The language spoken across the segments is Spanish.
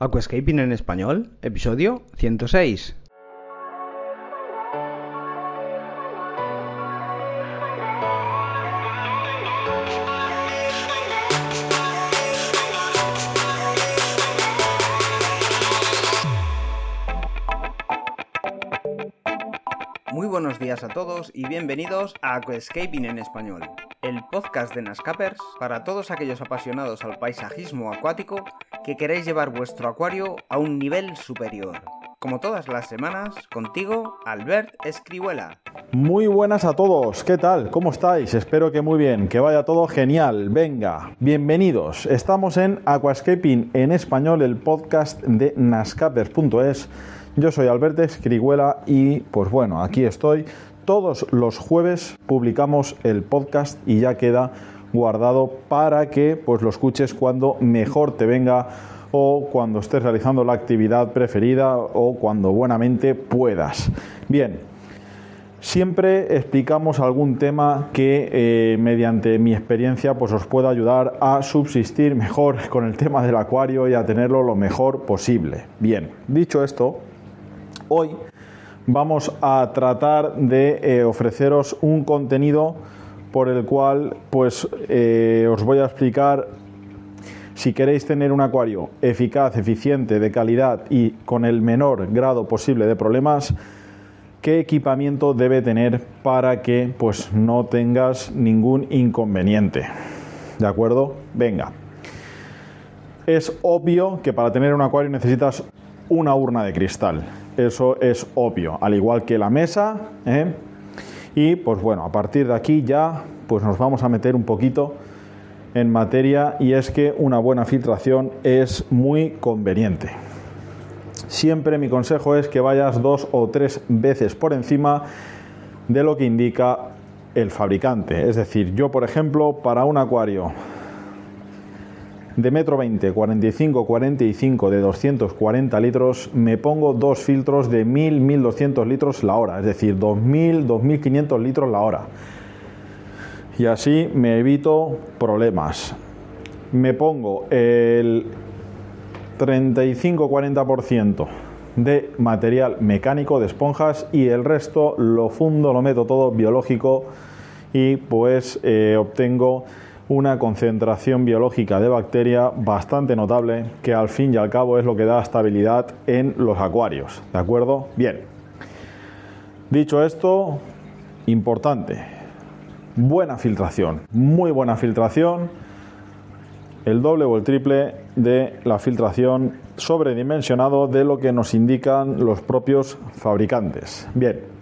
Aquascaping en español, episodio 106. Muy buenos días a todos y bienvenidos a Aquascaping en español, el podcast de Nascapers para todos aquellos apasionados al paisajismo acuático que queréis llevar vuestro acuario a un nivel superior. Como todas las semanas, contigo, Albert Escrihuela. Muy buenas a todos, ¿qué tal? ¿Cómo estáis? Espero que muy bien, que vaya todo genial. Venga, bienvenidos. Estamos en Aquascaping en español, el podcast de nascapers.es. Yo soy Albert Escrihuela y pues bueno, aquí estoy. Todos los jueves publicamos el podcast y ya queda guardado para que pues lo escuches cuando mejor te venga o cuando estés realizando la actividad preferida o cuando buenamente puedas. Bien, siempre explicamos algún tema que mediante mi experiencia pues os pueda ayudar a subsistir mejor con el tema del acuario y a tenerlo lo mejor posible. Bien, dicho esto, hoy vamos a tratar de ofreceros un contenido por el cual pues os voy a explicar, si queréis tener un acuario eficaz, eficiente, de calidad y con el menor grado posible de problemas, qué equipamiento debe tener para que pues no tengas ningún inconveniente. ¿De acuerdo? Venga. Es obvio que para tener un acuario necesitas una urna de cristal. Eso es obvio, al igual que la mesa, Y pues bueno, a partir de aquí ya pues nos vamos a meter un poquito en materia, y es que una buena filtración es muy conveniente. Siempre mi consejo es que vayas 2 o 3 veces por encima de lo que indica el fabricante. Es decir, yo por ejemplo, para un acuario de 1,20 m, 45 de 240 litros, me pongo 2 filtros de 1.200 litros la hora, es decir, 2.000, 2.500 litros la hora. Y así me evito problemas. Me pongo el 35-40% de material mecánico, de esponjas, y el resto lo fundo, lo meto todo biológico y pues obtengo una concentración biológica de bacteria bastante notable, que al fin y al cabo es lo que da estabilidad en los acuarios. ¿De acuerdo? Bien. Dicho esto, importante, buena filtración, muy buena filtración, el doble o el triple de la filtración sobredimensionado de lo que nos indican los propios fabricantes. Bien.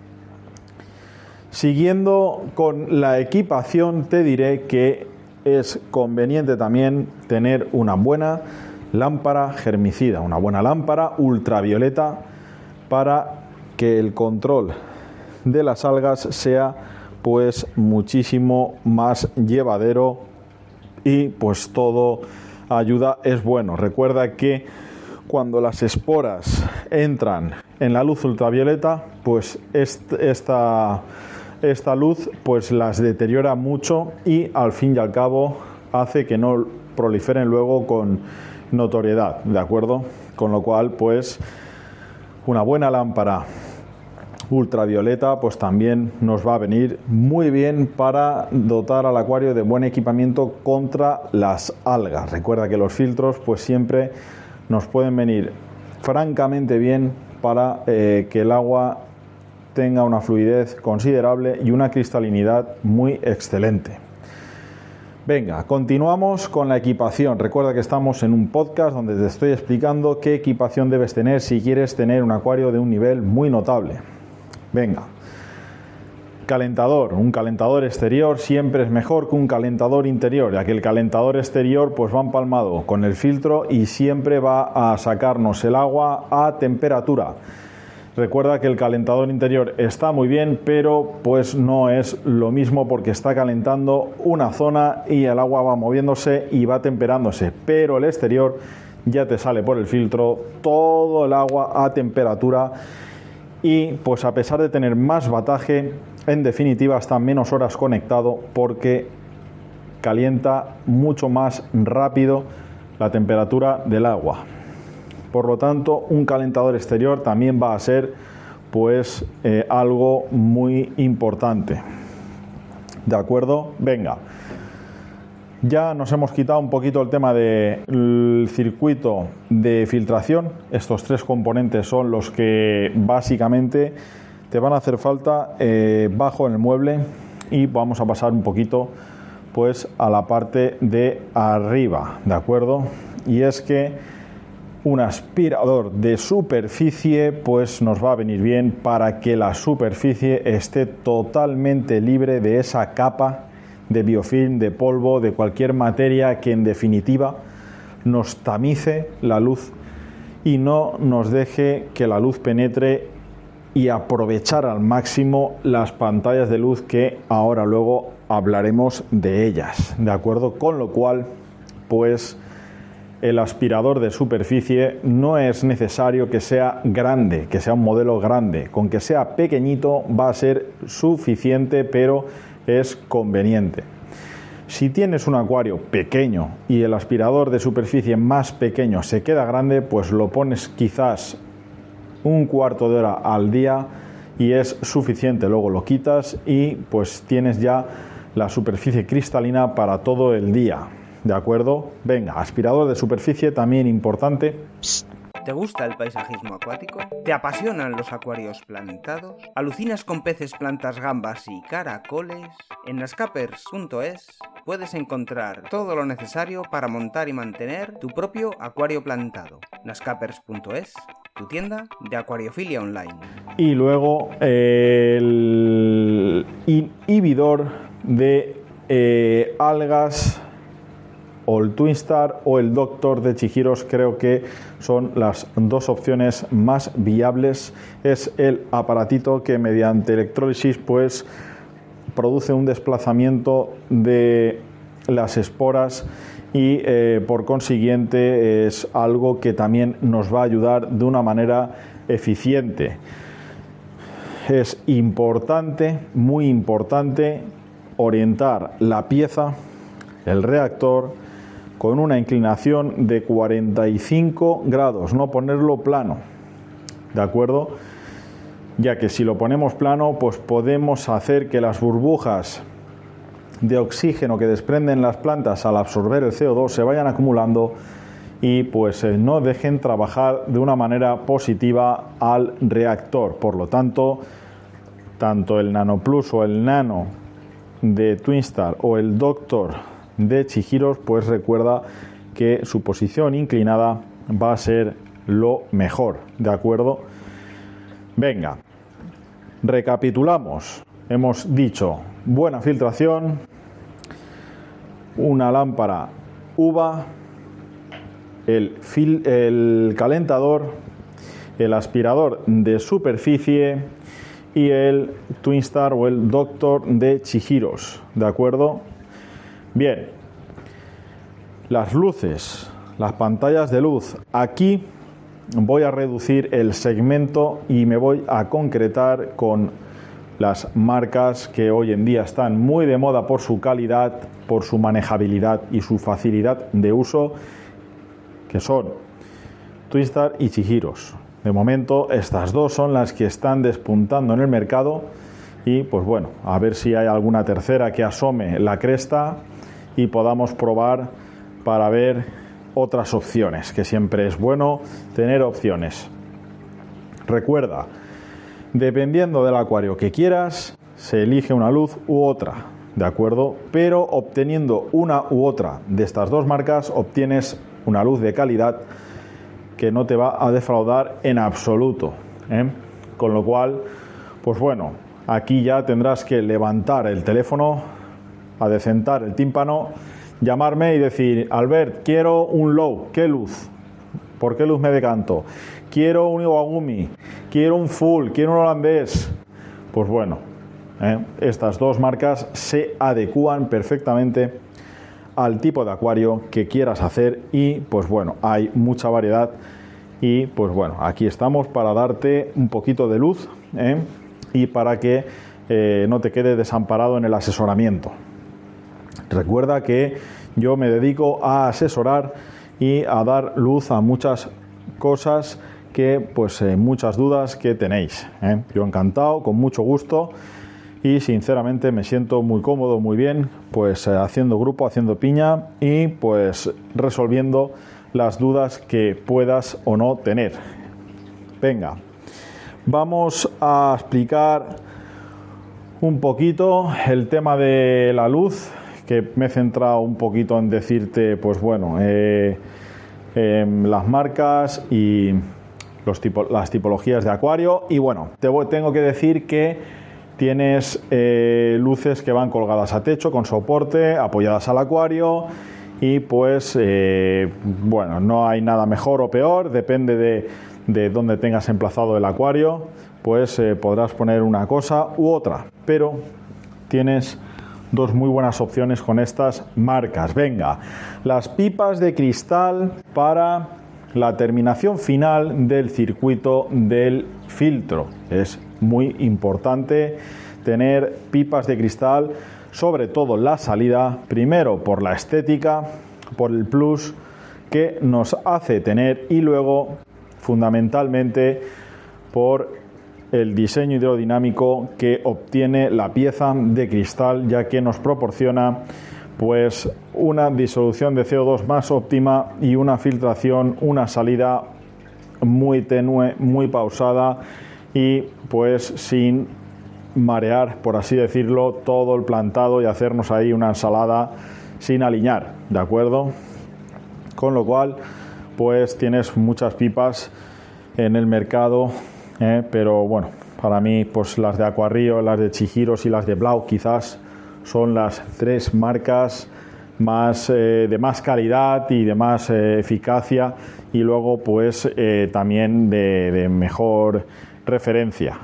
Siguiendo con la equipación, te diré que es conveniente también tener una buena lámpara germicida, una buena lámpara ultravioleta, para que el control de las algas sea pues muchísimo más llevadero y pues todo ayuda es bueno. Recuerda que cuando las esporas entran en la luz ultravioleta, pues esta luz pues las deteriora mucho y al fin y al cabo hace que no proliferen luego con notoriedad, ¿de acuerdo? Con lo cual pues una buena lámpara ultravioleta pues también nos va a venir muy bien para dotar al acuario de buen equipamiento contra las algas. Recuerda que los filtros pues siempre nos pueden venir francamente bien para que el agua tenga una fluidez considerable y una cristalinidad muy excelente. Venga, continuamos con la equipación. Recuerda que estamos en un podcast donde te estoy explicando qué equipación debes tener si quieres tener un acuario de un nivel muy notable. Venga. Calentador. Un calentador exterior siempre es mejor que un calentador interior, ya que el calentador exterior pues va empalmado con el filtro y siempre va a sacarnos el agua a temperatura. Recuerda que el calentador interior está muy bien, pero pues no es lo mismo porque está calentando una zona y el agua va moviéndose y va temperándose, pero el exterior ya te sale por el filtro todo el agua a temperatura y pues a pesar de tener más bataje, en definitiva está menos horas conectado porque calienta mucho más rápido la temperatura del agua. Por lo tanto, un calentador exterior también va a ser pues algo muy importante. ¿De acuerdo? Venga. Ya nos hemos quitado un poquito el tema del circuito de filtración. Estos 3 componentes son los que básicamente te van a hacer falta bajo en el mueble, y vamos a pasar un poquito pues a la parte de arriba, ¿de acuerdo? Y es que un aspirador de superficie pues nos va a venir bien para que la superficie esté totalmente libre de esa capa de biofilm, de polvo, de cualquier materia que en definitiva nos tamice la luz y no nos deje que la luz penetre y aprovechar al máximo las pantallas de luz, que ahora luego hablaremos de ellas, ¿de acuerdo? Con lo cual, pues el aspirador de superficie no es necesario que sea grande, que sea un modelo grande. Con que sea pequeñito va a ser suficiente, pero es conveniente. Si tienes un acuario pequeño y el aspirador de superficie más pequeño se queda grande, pues lo pones quizás un cuarto de hora al día y es suficiente. Luego lo quitas y pues tienes ya la superficie cristalina para todo el día. ¿De acuerdo? Venga, aspirador de superficie también importante. ¿Te gusta el paisajismo acuático? ¿Te apasionan los acuarios plantados? ¿Alucinas con peces, plantas, gambas y caracoles? En nascapers.es puedes encontrar todo lo necesario para montar y mantener tu propio acuario plantado. nascapers.es, tu tienda de acuariofilia online. Y luego el inhibidor de algas, o el Twinstar o el Doctor de Chihiros, creo que son las 2 opciones más viables. Es el aparatito que mediante electrólisis pues produce un desplazamiento de las esporas y por consiguiente es algo que también nos va a ayudar de una manera eficiente. Es importante, muy importante, orientar la pieza, el reactor, con una inclinación de 45 grados, no ponerlo plano, ¿de acuerdo? Ya que si lo ponemos plano, pues podemos hacer que las burbujas de oxígeno que desprenden las plantas al absorber el CO2 se vayan acumulando y pues no dejen trabajar de una manera positiva al reactor. Por lo tanto, tanto el Nano Plus o el Nano de Twinstar o el Doctor de Chihiros, pues recuerda que su posición inclinada va a ser lo mejor, ¿de acuerdo? Venga, recapitulamos. Hemos dicho buena filtración, una lámpara UVA, el calentador, el aspirador de superficie y el Twinstar o el Doctor de Chihiros, ¿de acuerdo? Bien, las luces, las pantallas de luz. Aquí voy a reducir el segmento y me voy a concretar con las marcas que hoy en día están muy de moda por su calidad, por su manejabilidad y su facilidad de uso, que son Twinstar y Chihiros. De momento estas 2 son las que están despuntando en el mercado y pues bueno, a ver si hay alguna tercera que asome la cresta y podamos probar para ver otras opciones, que siempre es bueno tener opciones. Recuerda, dependiendo del acuario que quieras, se elige una luz u otra, ¿de acuerdo? Pero obteniendo una u otra de estas 2 marcas, obtienes una luz de calidad que no te va a defraudar en absoluto, ¿eh? Con lo cual, pues bueno, aquí ya tendrás que levantar el teléfono, adecentar el tímpano, llamarme y decir: Albert, quiero un low, ¿qué luz? ¿Por qué luz me decanto? Quiero un Iwagumi, quiero un full, quiero un holandés. Pues bueno, estas 2 marcas se adecúan perfectamente al tipo de acuario que quieras hacer y pues bueno, hay mucha variedad y pues bueno, aquí estamos para darte un poquito de luz y para que no te quede desamparado en el asesoramiento. Recuerda que yo me dedico a asesorar y a dar luz a muchas cosas que, pues muchas dudas que tenéis. Yo encantado, con mucho gusto, y sinceramente me siento muy cómodo, muy bien, pues haciendo grupo, haciendo piña y pues resolviendo las dudas que puedas o no tener. Venga, vamos a explicar un poquito el tema de la luz, que me he centrado un poquito en decirte, pues bueno, las marcas y las tipologías de acuario. Y bueno, tengo que decir que tienes luces que van colgadas a techo con soporte, apoyadas al acuario, y pues bueno, no hay nada mejor o peor, depende de dónde tengas emplazado el acuario, pues podrás poner una cosa u otra, pero tienes dos muy buenas opciones con estas marcas. Venga, las pipas de cristal para la terminación final del circuito del filtro. Es muy importante tener pipas de cristal, sobre todo la salida, primero por la estética, por el plus que nos hace tener, y luego fundamentalmente por el diseño hidrodinámico que obtiene la pieza de cristal, ya que nos proporciona pues una disolución de CO2 más óptima y una filtración, una salida muy tenue, muy pausada, y pues sin marear, por así decirlo, todo el plantado y hacernos ahí una ensalada sin aliñar, ¿de acuerdo? Con lo cual, pues tienes muchas pipas en el mercado, pero bueno, para mí pues las de Aquarrio, las de Chihiros y las de Blau quizás son las tres marcas más de más calidad y de más eficacia, y luego pues también de mejor referencia.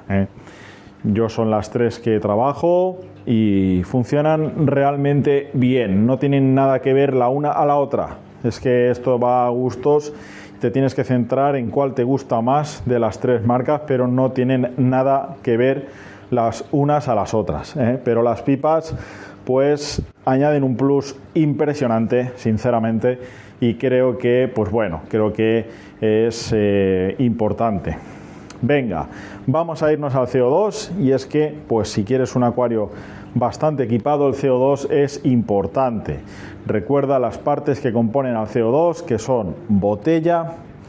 Yo son las tres que trabajo y funcionan realmente bien, no tienen nada que ver la una a la otra. Es que esto va a gustos, te tienes que centrar en cuál te gusta más de las tres marcas, pero no tienen nada que ver las unas a las otras, Pero las pipas pues añaden un plus impresionante, sinceramente, y creo que, pues bueno, creo que es importante. Venga, vamos a irnos al CO2, y es que, pues si quieres un acuario bastante equipado, el CO2 es importante. Recuerda las partes que componen al CO2, que son botella,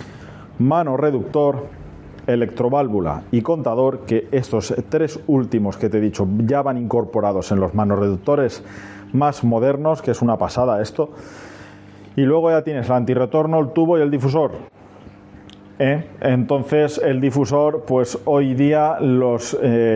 mano reductor, electroválvula y contador, que estos tres últimos que te he dicho ya van incorporados en los manorreductores más modernos, que es una pasada esto. Y luego ya tienes el antirretorno, el tubo y el difusor. Entonces el difusor, pues hoy día los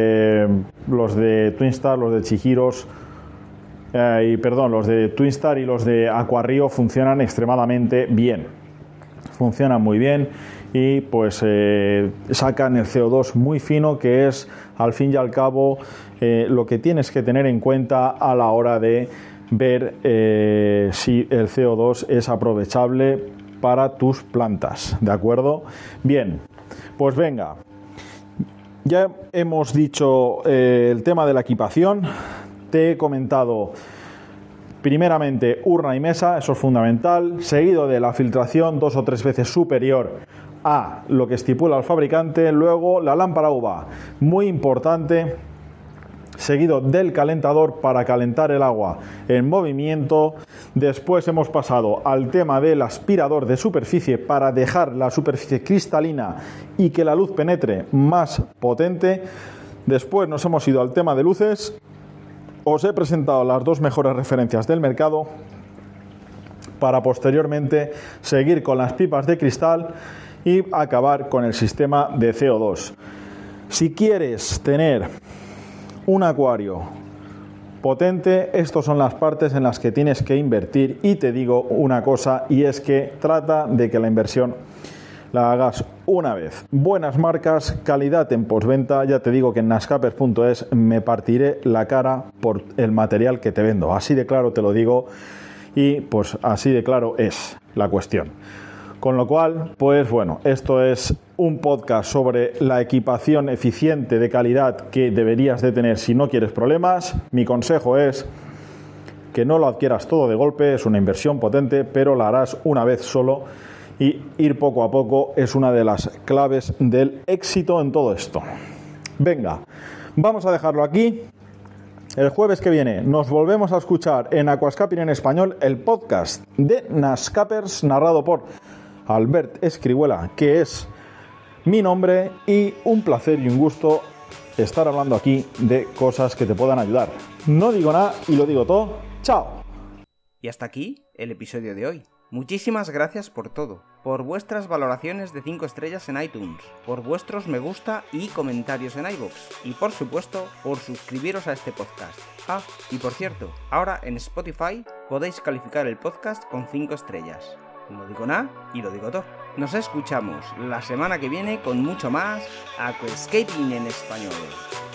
de Twinstar, los de Chihiros, los de Twinstar y los de Aquarrio funcionan extremadamente bien, funcionan muy bien, y pues sacan el CO2 muy fino, que es al fin y al cabo lo que tienes que tener en cuenta a la hora de ver si el CO2 es aprovechable para tus plantas, ¿de acuerdo? Bien, pues venga, ya hemos dicho el tema de la equipación. Te he comentado primeramente urna y mesa, eso es fundamental, seguido de la filtración 2 o 3 veces superior a lo que estipula el fabricante. Luego la lámpara UVA, muy importante, seguido del calentador para calentar el agua en movimiento. Después hemos pasado al tema del aspirador de superficie para dejar la superficie cristalina y que la luz penetre más potente. Después nos hemos ido al tema de luces. Os he presentado las dos mejores referencias del mercado para posteriormente seguir con las pipas de cristal y acabar con el sistema de CO2. Si quieres tener un acuario potente, estas son las partes en las que tienes que invertir, y te digo una cosa, y es que trata de que la inversión la hagas una vez. Buenas marcas, calidad en postventa. Ya te digo que en nascapers.es me partiré la cara por el material que te vendo, así de claro te lo digo, y pues así de claro es la cuestión. Con lo cual, pues bueno, esto es un podcast sobre la equipación eficiente de calidad que deberías de tener si no quieres problemas. Mi consejo es que no lo adquieras todo de golpe, es una inversión potente, pero la harás una vez solo, y ir poco a poco es una de las claves del éxito en todo esto. Venga, vamos a dejarlo aquí. El jueves que viene nos volvemos a escuchar en Aquascaping en Español, el podcast de Nascapers, narrado por Albert Escrihuela, que es mi nombre, y un placer y un gusto estar hablando aquí de cosas que te puedan ayudar. No digo nada y lo digo todo. ¡Chao! Y hasta aquí el episodio de hoy. Muchísimas gracias por todo, por vuestras valoraciones de 5 estrellas en iTunes, por vuestros me gusta y comentarios en iVoox, y por supuesto, por suscribiros a este podcast. Ah, y por cierto, ahora en Spotify podéis calificar el podcast con 5 estrellas. No digo nada y lo digo todo. Nos escuchamos la semana que viene con mucho más Aquascaping en Español.